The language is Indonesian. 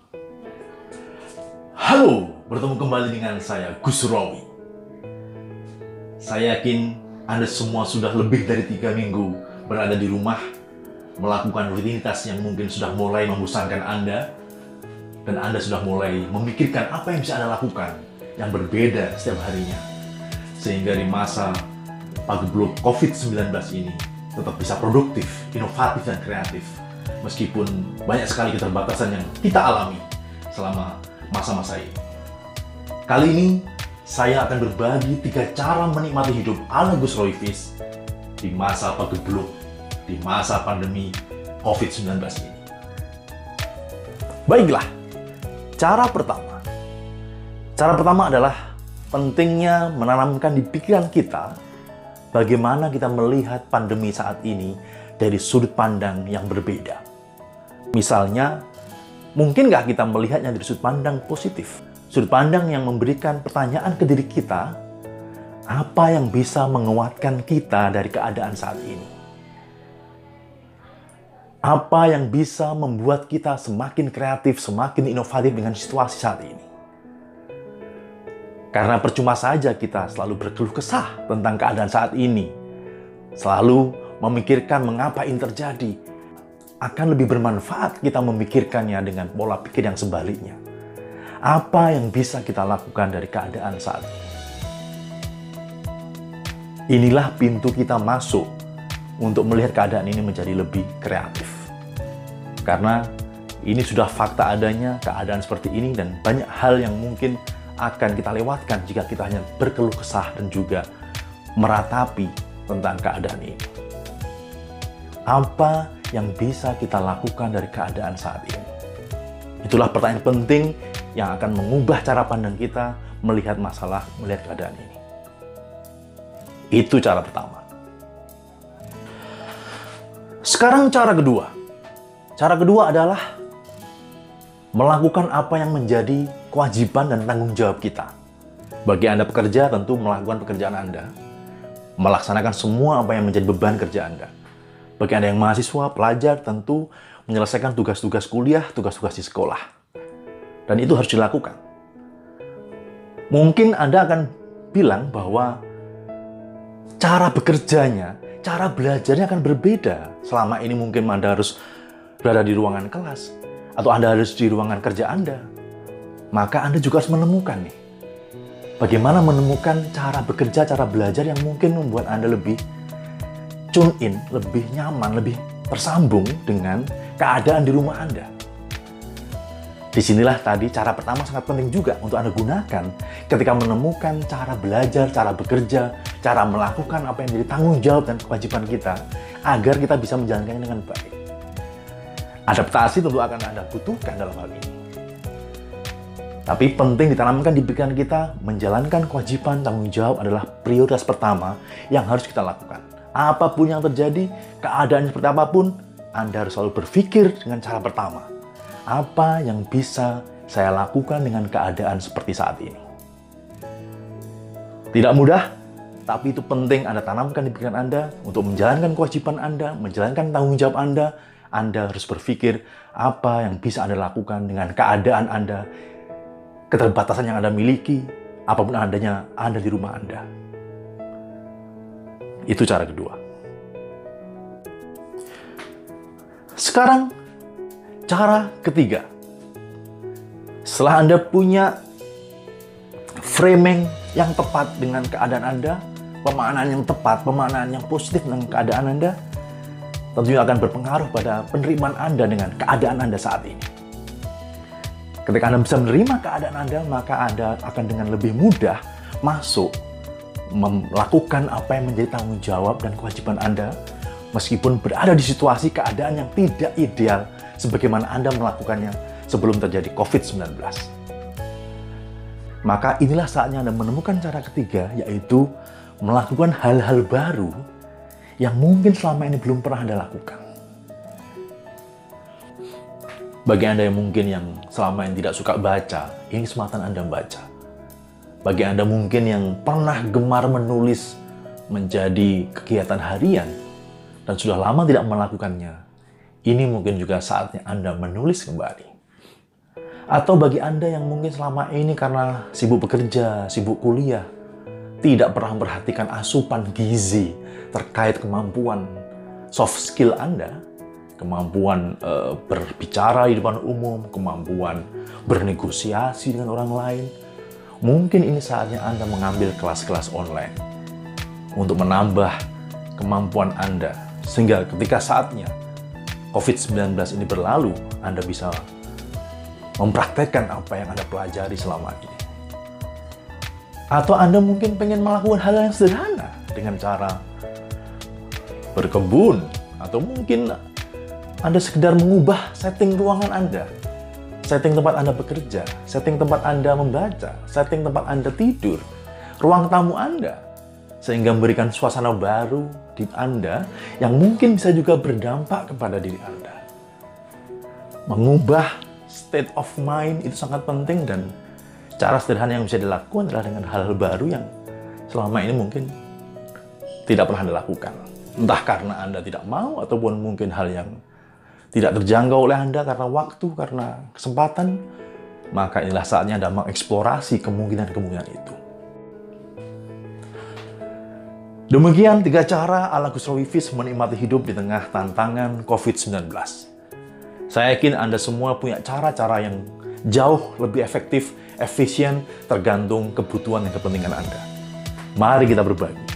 Halo, bertemu kembali dengan saya, Gus Rawi. Saya yakin Anda semua sudah lebih dari 3 minggu berada di rumah, melakukan rutinitas yang mungkin sudah mulai membosankan Anda, dan Anda sudah mulai memikirkan apa yang bisa Anda lakukan yang berbeda setiap harinya. Sehingga di masa pagebluk COVID-19 ini tetap bisa produktif, inovatif, dan kreatif. Meskipun banyak sekali keterbatasan yang kita alami selama masa-masa ini. Kali ini saya akan berbagi 3 cara menikmati hidup ala Gus Royvis di masa pagebluk, di masa pandemi COVID-19 ini. Baiklah, cara pertama adalah pentingnya menanamkan di pikiran kita bagaimana kita melihat pandemi saat ini dari sudut pandang yang berbeda. Misalnya, mungkin nggak kita melihatnya dari sudut pandang positif? Sudut pandang yang memberikan pertanyaan ke diri kita, apa yang bisa menguatkan kita dari keadaan saat ini? Apa yang bisa membuat kita semakin kreatif, semakin inovatif dengan situasi saat ini? Karena percuma saja kita selalu berkeluh kesah tentang keadaan saat ini. Selalu memikirkan mengapa ini terjadi. Akan lebih bermanfaat kita memikirkannya dengan pola pikir yang sebaliknya. Apa yang bisa kita lakukan dari keadaan saat ini? Inilah pintu kita masuk untuk melihat keadaan ini menjadi lebih kreatif. Karena ini sudah fakta adanya keadaan seperti ini dan banyak hal yang mungkin akan kita lewatkan jika kita hanya berkeluh kesah dan juga meratapi tentang keadaan ini. Apa yang bisa kita lakukan dari keadaan saat ini? Itulah pertanyaan penting yang akan mengubah cara pandang kita melihat masalah, melihat keadaan ini. Itu cara pertama. Sekarang cara kedua. Cara kedua adalah melakukan apa yang menjadi kewajiban dan tanggung jawab kita. Bagi Anda pekerja, tentu melakukan pekerjaan Anda. Melaksanakan semua apa yang menjadi beban kerja Anda. Bagi Anda yang mahasiswa, pelajar, tentu menyelesaikan tugas-tugas kuliah, tugas-tugas di sekolah. Dan itu harus dilakukan. Mungkin Anda akan bilang bahwa cara bekerjanya, cara belajarnya akan berbeda. Selama ini mungkin Anda harus berada di ruangan kelas, atau Anda harus di ruangan kerja Anda. Maka Anda juga harus menemukan nih, bagaimana menemukan cara bekerja, cara belajar yang mungkin membuat Anda lebih tune in, lebih nyaman, lebih tersambung dengan keadaan di rumah Anda. Disinilah tadi cara pertama sangat penting juga untuk Anda gunakan ketika menemukan cara belajar, cara bekerja, cara melakukan apa yang menjadi tanggung jawab dan kewajiban kita agar kita bisa menjalankannya dengan baik. Adaptasi tentu akan Anda butuhkan dalam hal ini. Tapi penting ditanamkan di pikiran kita, menjalankan kewajiban tanggung jawab adalah prioritas pertama yang harus kita lakukan. Apapun yang terjadi, keadaan seperti apapun, Anda harus selalu berpikir dengan cara pertama. Apa yang bisa saya lakukan dengan keadaan seperti saat ini? Tidak mudah, tapi itu penting Anda tanamkan di pikiran Anda untuk menjalankan kewajiban Anda, menjalankan tanggung jawab Anda. Anda harus berpikir apa yang bisa Anda lakukan dengan keadaan Anda, keterbatasan yang Anda miliki, apapun adanya Anda di rumah Anda. Itu cara kedua. Sekarang, cara ketiga. Setelah Anda punya framing yang tepat dengan keadaan Anda, pemaknaan yang tepat, pemaknaan yang positif dengan keadaan Anda, tentunya akan berpengaruh pada penerimaan Anda dengan keadaan Anda saat ini. Ketika Anda bisa menerima keadaan Anda, maka Anda akan dengan lebih mudah masuk melakukan apa yang menjadi tanggung jawab dan kewajiban Anda, meskipun berada di situasi keadaan yang tidak ideal sebagaimana Anda melakukannya sebelum terjadi COVID-19. Maka inilah saatnya Anda menemukan cara ketiga, yaitu melakukan hal-hal baru yang mungkin selama ini belum pernah Anda lakukan. Bagi Anda yang mungkin yang selama ini tidak suka baca, ini kesempatan Anda membaca. Bagi Anda mungkin yang pernah gemar menulis menjadi kegiatan harian dan sudah lama tidak melakukannya, ini mungkin juga saatnya Anda menulis kembali. Atau bagi Anda yang mungkin selama ini karena sibuk bekerja, sibuk kuliah, tidak pernah memperhatikan asupan gizi terkait kemampuan soft skill Anda, kemampuan berbicara di depan umum, kemampuan bernegosiasi dengan orang lain, mungkin ini saatnya Anda mengambil kelas-kelas online untuk menambah kemampuan Anda, sehingga ketika saatnya COVID-19 ini berlalu, Anda bisa mempraktekkan apa yang Anda pelajari selama ini. Atau Anda mungkin pengen melakukan hal yang sederhana dengan cara berkebun, atau mungkin Anda sekedar mengubah setting ruangan Anda, setting tempat Anda bekerja, setting tempat Anda membaca, setting tempat Anda tidur, ruang tamu Anda, sehingga memberikan suasana baru di Anda yang mungkin bisa juga berdampak kepada diri Anda. Mengubah state of mind itu sangat penting, dan cara sederhana yang bisa dilakukan adalah dengan hal-hal baru yang selama ini mungkin tidak pernah Anda lakukan. Entah karena Anda tidak mau, ataupun mungkin hal yang tidak terjangkau oleh Anda karena waktu, karena kesempatan, maka inilah saatnya Anda mengeksplorasi kemungkinan-kemungkinan itu. Demikian 3 cara ala Gustav Wiefis menikmati hidup di tengah tantangan COVID-19. Saya yakin Anda semua punya cara-cara yang jauh lebih efektif, efisien, tergantung kebutuhan dan kepentingan Anda. Mari kita berbagi.